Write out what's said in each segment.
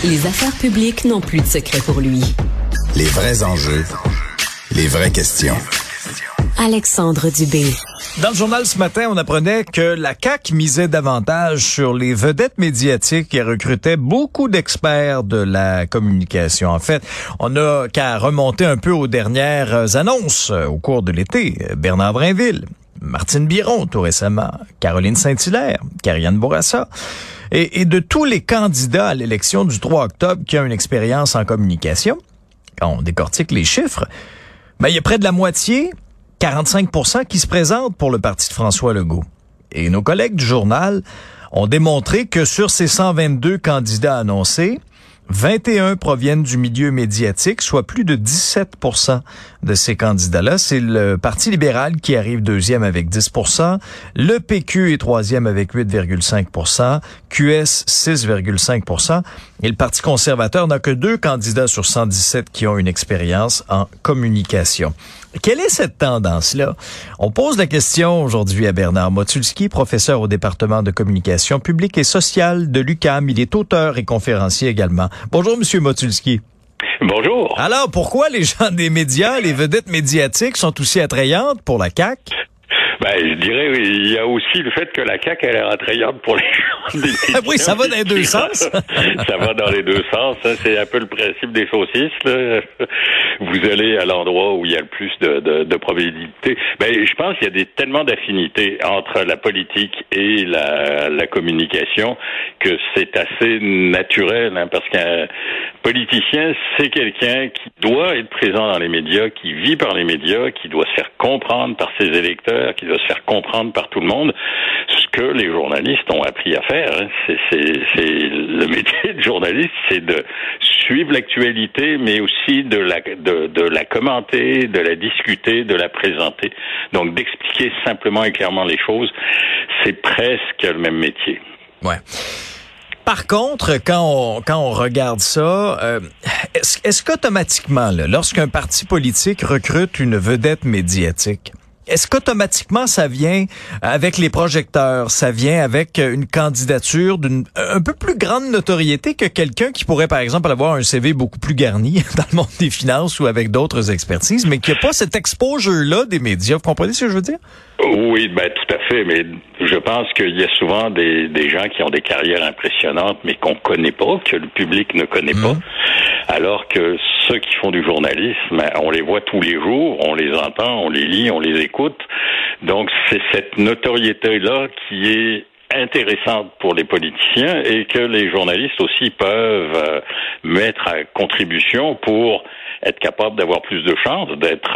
Les affaires publiques n'ont plus de secret pour lui. Les vrais enjeux, les vraies questions. Alexandre Dubé. Dans le journal ce matin, on apprenait que la CAQ misait davantage sur les vedettes médiatiques et recrutait beaucoup d'experts de la communication. En fait, on n'a qu'à remonter un peu aux dernières annonces au cours de l'été. Bernard Drinville, Martine Biron tout récemment, Caroline Saint-Hilaire, Karianne Bourassa. Et de tous les candidats à l'élection du 3 octobre qui ont une expérience en communication, quand on décortique les chiffres, il y a près de la moitié, 45%, qui se présentent pour le parti de François Legault. Et nos collègues du journal ont démontré que sur ces 122 candidats annoncés, 21 proviennent du milieu médiatique, soit plus de 17% de ces candidats-là. C'est le Parti libéral qui arrive deuxième avec 10%, le PQ est troisième avec 8,5%, QS 6,5%, et le Parti conservateur n'a que 2 candidats sur 117 qui ont une expérience en communication. Quelle est cette tendance-là? On pose la question aujourd'hui à Bernard Motulski, professeur au département de communication publique et sociale de l'UQAM. Il est auteur et conférencier également. Bonjour, Monsieur Motulski. Bonjour. Alors, pourquoi les gens des médias, les vedettes médiatiques sont aussi attrayantes pour la CAQ? Je dirais, il y a aussi le fait que la CAQ a l'air attrayante pour les gens des médias. Oui, ça va dans les deux sens. Ça va dans les deux sens. Hein. C'est un peu le principe des saucisses. Là. Vous allez à l'endroit où il y a le plus de probabilité. Je pense qu'il y a tellement d'affinités entre la politique et la communication que c'est assez naturel, hein, parce qu'un politicien, c'est quelqu'un qui doit être présent dans les médias, qui vit par les médias, qui doit se faire comprendre par ses électeurs, qui doit se faire comprendre par tout le monde. Ce que les journalistes ont appris à faire, hein. C'est le métier de journaliste, c'est de suivre l'actualité, mais aussi de la commenter, de la discuter, de la présenter. Donc d'expliquer simplement et clairement les choses, c'est presque le même métier. Ouais. Par contre, quand on regarde ça, est-ce qu'automatiquement, lorsqu'un parti politique recrute une vedette médiatique, est-ce qu'automatiquement ça vient avec les projecteurs, ça vient avec une candidature d'une un peu plus grande notoriété que quelqu'un qui pourrait par exemple avoir un CV beaucoup plus garni dans le monde des finances ou avec d'autres expertises, mais qui n'a pas cet exposure-là des médias? Vous comprenez ce que je veux dire? Oui, tout à fait, mais je pense qu'il y a souvent des gens qui ont des carrières impressionnantes, mais qu'on connaît pas, que le public ne connaît pas, alors que ceux qui font du journalisme, on les voit tous les jours, on les entend, on les lit, on les écoute. Donc c'est cette notoriété-là qui est intéressante pour les politiciens et que les journalistes aussi peuvent mettre à contribution pour être capables d'avoir plus de chances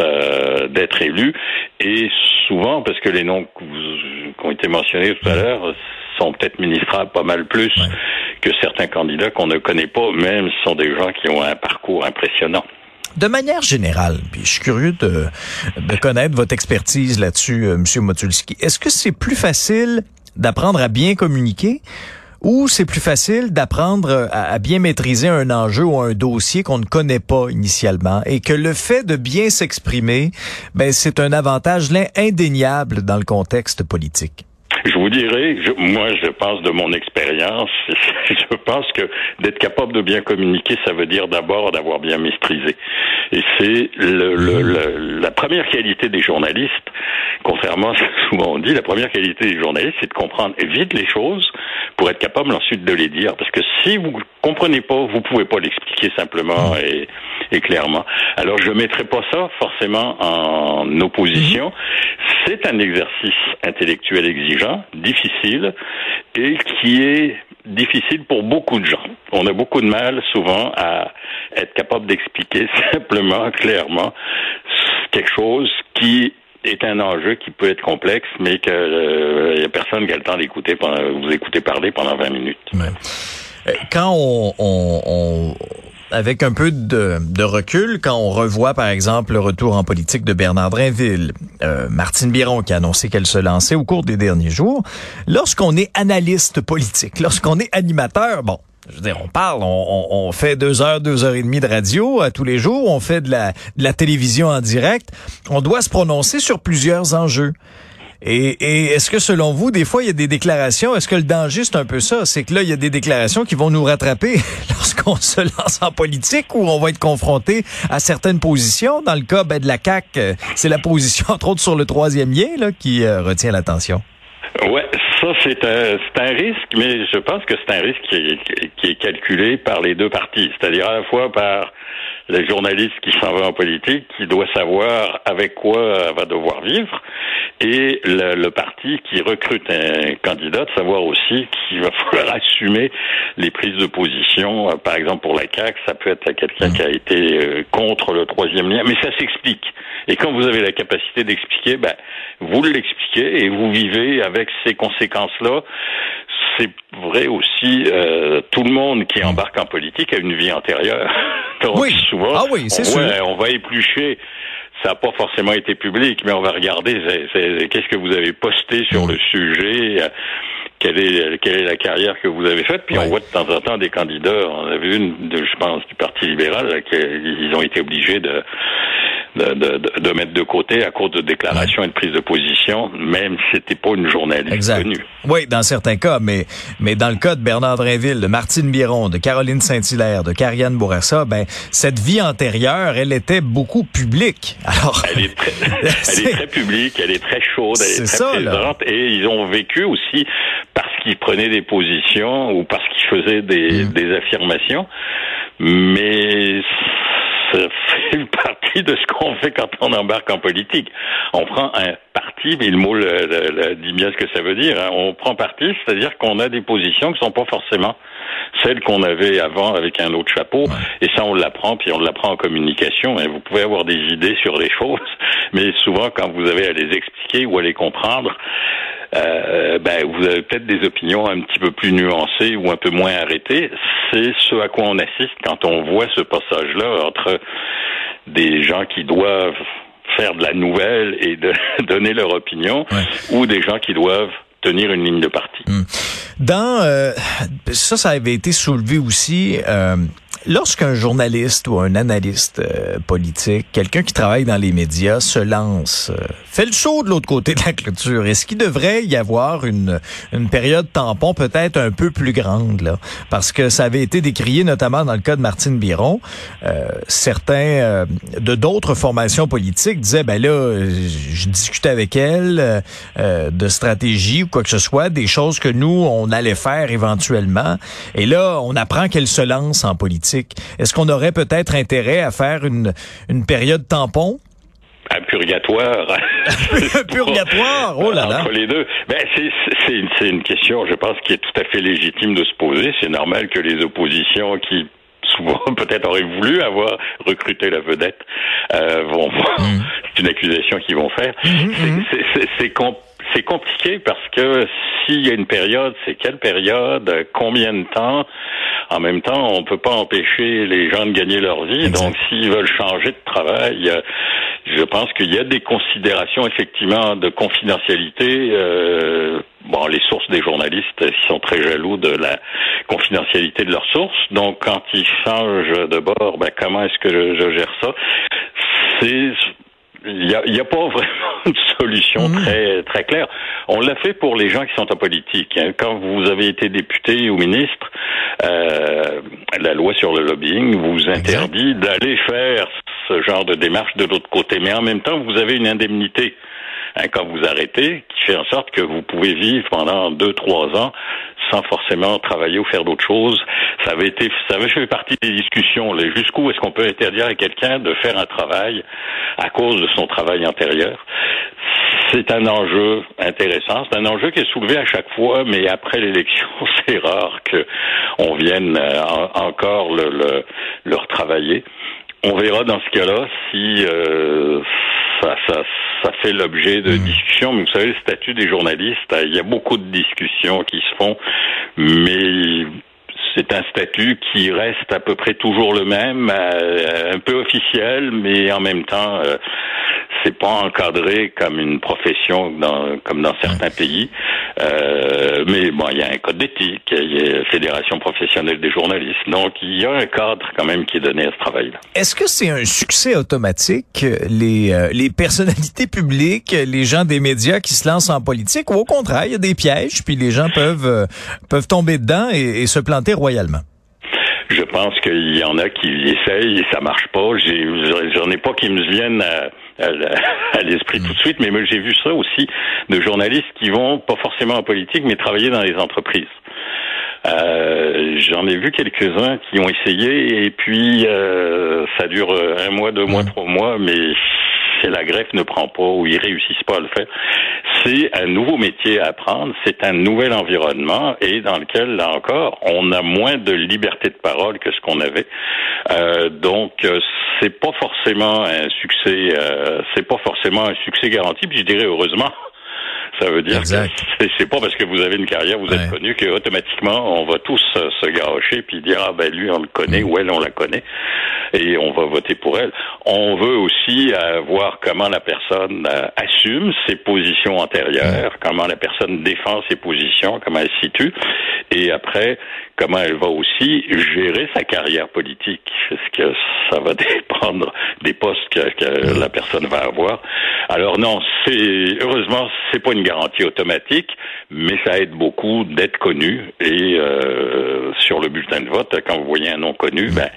d'être élus. Et souvent, parce que les noms qui ont été mentionnés tout à l'heure sont peut-être ministrables pas mal plus que certains candidats qu'on ne connaît pas, même si ce sont des gens qui ont un parcours impressionnant. De manière générale, puis je suis curieux de connaître votre expertise là-dessus, M. Motulski. Est-ce que c'est plus facile d'apprendre à bien communiquer ou c'est plus facile d'apprendre à bien maîtriser un enjeu ou un dossier qu'on ne connaît pas initialement et que le fait de bien s'exprimer, c'est un avantage indéniable dans le contexte politique? Je vous dirais, moi je pense de mon expérience, je pense que d'être capable de bien communiquer, ça veut dire d'abord d'avoir bien maîtrisé. Et c'est la première qualité des journalistes, contrairement à ce que souvent on dit, la première qualité des journalistes, c'est de comprendre vite les choses pour être capable ensuite de les dire. Parce que si vous comprenez pas, vous pouvez pas l'expliquer simplement et clairement. Alors je mettrai pas ça forcément en opposition. C'est un exercice intellectuel exigeant, difficile, et qui est difficile pour beaucoup de gens. On a beaucoup de mal souvent à être capable d'expliquer simplement, clairement, quelque chose qui est un enjeu qui peut être complexe, mais que y a personne qui a le temps d'écouter vous écouter parler pendant 20 minutes. Ouais. Quand on avec un peu de recul, quand on revoit, par exemple, le retour en politique de Bernard Drinville, Martine Biron qui a annoncé qu'elle se lançait au cours des derniers jours, lorsqu'on est analyste politique, lorsqu'on est animateur, je veux dire, on parle, on fait 2 heures, 2 heures et demie de radio tous les jours, on fait de la télévision en direct, on doit se prononcer sur plusieurs enjeux. Et est-ce que selon vous, des fois, il y a des déclarations, est-ce que le danger, c'est un peu ça? C'est que là, il y a des déclarations qui vont nous rattraper lorsqu'on se lance en politique ou on va être confronté à certaines positions. Dans le cas de la CAQ, c'est la position, entre autres, sur le troisième lien là, qui retient l'attention. Ouais, ça c'est un risque, mais je pense que c'est un risque qui est calculé par les deux partis, c'est-à-dire à la fois par le journaliste qui s'en va en politique, qui doit savoir avec quoi elle va devoir vivre, et le parti qui recrute un candidat, de savoir aussi qu'il va falloir assumer les prises de position. Par exemple, pour la CAQ, ça peut être quelqu'un qui a été contre le troisième lien, mais ça s'explique. Et quand vous avez la capacité d'expliquer, vous l'expliquez et vous vivez avec ces conséquences-là. C'est vrai aussi, tout le monde qui embarque en politique a une vie antérieure. Donc, oui. Souvent, sûr. On va éplucher. Ça n'a pas forcément été public, mais on va regarder qu'est-ce que vous avez posté sur le sujet, quelle est la carrière que vous avez faite. Puis on voit de temps en temps des candidats. On a vu je pense, du Parti libéral, là, qu'ils ont été obligés de mettre de côté à cause de déclarations et de prises de position, même si c'était pas une journaliste connue. Oui, dans certains cas, mais dans le cas de Bernard Drinville, de Martine Biron, de Caroline Saint-Hilaire, de Karianne Bourassa, cette vie antérieure, elle était beaucoup publique. Alors, elle est très publique, elle est très chaude, elle est très présente, et ils ont vécu aussi parce qu'ils prenaient des positions ou parce qu'ils faisaient des affirmations, mais ça fait partie de ce qu'on fait quand on embarque en politique. On prend un parti, mais le mot dit bien ce que ça veut dire. Hein. On prend parti, c'est-à-dire qu'on a des positions qui sont pas forcément celles qu'on avait avant avec un autre chapeau. Ouais. Et ça, on l'apprend, puis on l'apprend en communication. Hein. Vous pouvez avoir des idées sur les choses, mais souvent, quand vous avez à les expliquer ou à les comprendre, vous avez peut-être des opinions un petit peu plus nuancées ou un peu moins arrêtées. C'est ce à quoi on assiste quand on voit ce passage-là entre des gens qui doivent faire de la nouvelle et de donner leur opinion, ou des gens qui doivent tenir une ligne de parti. Ça avait été soulevé aussi. Lorsqu'un journaliste ou un analyste politique, quelqu'un qui travaille dans les médias, se lance, fait le saut de l'autre côté de la clôture, est-ce qu'il devrait y avoir une période tampon peut-être un peu plus grande, là? Parce que ça avait été décrié notamment dans le cas de Martine Biron. Certains de d'autres formations politiques disaient, je discutais avec elle de stratégie ou quoi que ce soit, des choses que nous, on allait faire éventuellement. Et là, on apprend qu'elle se lance en politique. Est-ce qu'on aurait peut-être intérêt à faire une période tampon? Un purgatoire. Un purgatoire? Oh là là. Entre les deux. C'est une question, je pense, qui est tout à fait légitime de se poser. C'est normal que les oppositions qui souvent peut-être auraient voulu avoir recruté la vedette c'est une accusation qu'ils vont faire. C'est compliqué parce que s'il y a une période, c'est quelle période, combien de temps? En même temps, on peut pas empêcher les gens de gagner leur vie. Exact. Donc, s'ils veulent changer de travail, je pense qu'il y a des considérations effectivement de confidentialité. Les sources des journalistes, ils sont très jaloux de la confidentialité de leurs sources. Donc, quand ils changent de bord, comment est-ce que je gère ça? Il y a pas vraiment une solution très très claire. On l'a fait pour les gens qui sont en politique. Hein. Quand vous avez été député ou ministre, la loi sur le lobbying vous interdit d'aller faire ce genre de démarche de l'autre côté. Mais en même temps, vous avez une indemnité quand vous arrêtez, qui fait en sorte que vous pouvez vivre pendant 2-3 ans sans forcément travailler ou faire d'autres choses. Ça avait fait partie des discussions. Là. Jusqu'où est-ce qu'on peut interdire à quelqu'un de faire un travail à cause de son travail antérieur? C'est un enjeu intéressant. C'est un enjeu qui est soulevé à chaque fois, mais après l'élection, c'est rare qu'on vienne encore le retravailler. On verra dans ce cas-là si ça fait l'objet de discussions. Mais vous savez, le statut des journalistes, il y a beaucoup de discussions qui se font, mais c'est un statut qui reste à peu près toujours le même, un peu officiel, mais en même temps, c'est pas encadré comme une profession comme dans certains pays. Mais bon, il y a un code d'éthique, il y a la Fédération professionnelle des journalistes. Donc, il y a un cadre quand même qui est donné à ce travail-là. Est-ce que c'est un succès automatique, les personnalités publiques, les gens des médias qui se lancent en politique, ou au contraire, il y a des pièges, puis les gens peuvent tomber dedans et se planter royalement? Je pense qu'il y en a qui essayent et ça marche pas. J'en ai pas qui me viennent à l'esprit tout de suite, mais moi j'ai vu ça aussi de journalistes qui vont pas forcément en politique, mais travailler dans les entreprises. J'en ai vu quelques-uns qui ont essayé et puis ça dure 1 mois, 2 mois, 3 mois, mais si la greffe ne prend pas ou ils réussissent pas à le faire, c'est un nouveau métier à apprendre, c'est un nouvel environnement et dans lequel, là encore, on a moins de liberté de parole que ce qu'on avait. Donc, c'est pas forcément un succès, garanti, puis je dirais heureusement. Ça veut dire que c'est pas parce que vous avez une carrière, vous êtes connu, que automatiquement on va tous se gâcher puis dire ah ben lui on le connaît ou elle on la connaît et on va voter pour elle. On veut aussi voir comment la personne assume ses positions antérieures, comment la personne défend ses positions, comment elle se situe et après comment elle va aussi gérer sa carrière politique. Est-ce que ça va dépendre des postes que la personne va avoir? Alors non, heureusement c'est pas une garantie automatique, mais ça aide beaucoup d'être connu et sur le bulletin de vote, quand vous voyez un nom connu, ben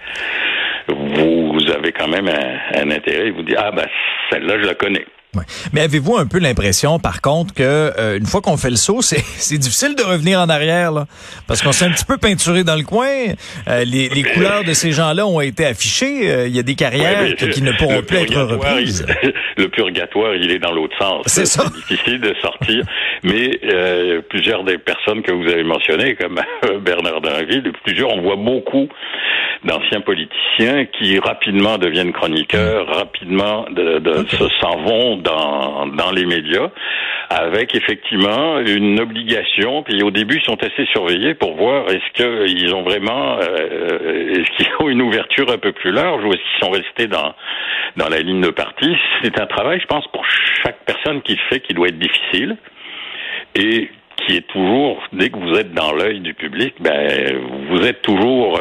vous avez quand même un intérêt. Vous dites ah ben celle-là je la connais. Ouais. Mais avez-vous un peu l'impression, par contre, que une fois qu'on fait le saut, c'est difficile de revenir en arrière, là, parce qu'on s'est un petit peu peinturé dans le coin. Les couleurs de ces gens-là ont été affichées. Il y a des carrières qui ne pourront plus être reprises. Le purgatoire, il est dans l'autre sens. C'est ça. C'est difficile de sortir. Mais plusieurs des personnes que vous avez mentionnées, comme Bernard Drinville, on voit beaucoup d'anciens politiciens qui rapidement deviennent chroniqueurs, rapidement s'en vont dans les médias, avec effectivement une obligation, puis au début ils sont assez surveillés pour voir est-ce qu'ils ont vraiment est-ce qu'ils ont une ouverture un peu plus large ou est-ce qu'ils sont restés dans la ligne de parti. C'est un travail, je pense, pour chaque personne qui le fait, qui doit être difficile et qui est toujours, dès que vous êtes dans l'œil du public, ben vous êtes toujours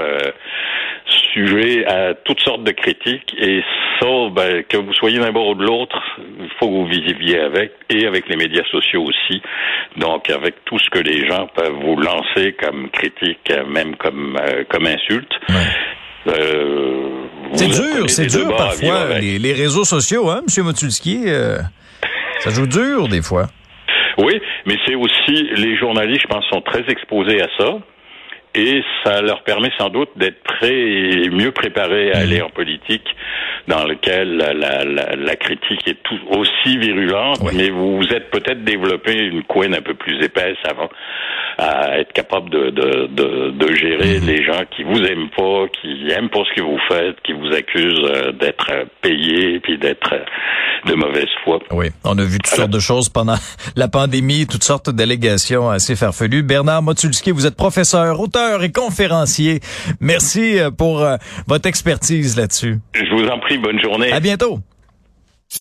sujet à toutes sortes de critiques et ça, ben, que vous soyez d'un bord ou de l'autre, il faut que vous viviez avec et avec les médias sociaux aussi. Donc avec tout ce que les gens peuvent vous lancer comme critique, même comme insulte. Ouais. C'est dur parfois les réseaux sociaux, hein, M. Motulski, ça joue dur des fois. Oui, mais c'est aussi les journalistes, je pense, sont très exposés à ça. Et ça leur permet sans doute d'être prêts et mieux préparés à aller en politique, dans lequel la critique est tout aussi virulente, mais vous êtes peut-être développé une couenne un peu plus épaisse avant à être capable de gérer les gens qui vous aiment pas, qui aiment pas ce que vous faites, qui vous accusent d'être payés puis d'être de mauvaise foi. Oui, on a vu toutes sortes de choses pendant la pandémie, toutes sortes d'allégations assez farfelues. Bernard Motulski, vous êtes professeur, auteur et conférencier. Merci pour votre expertise là-dessus. Je vous en prie, bonne journée. À bientôt.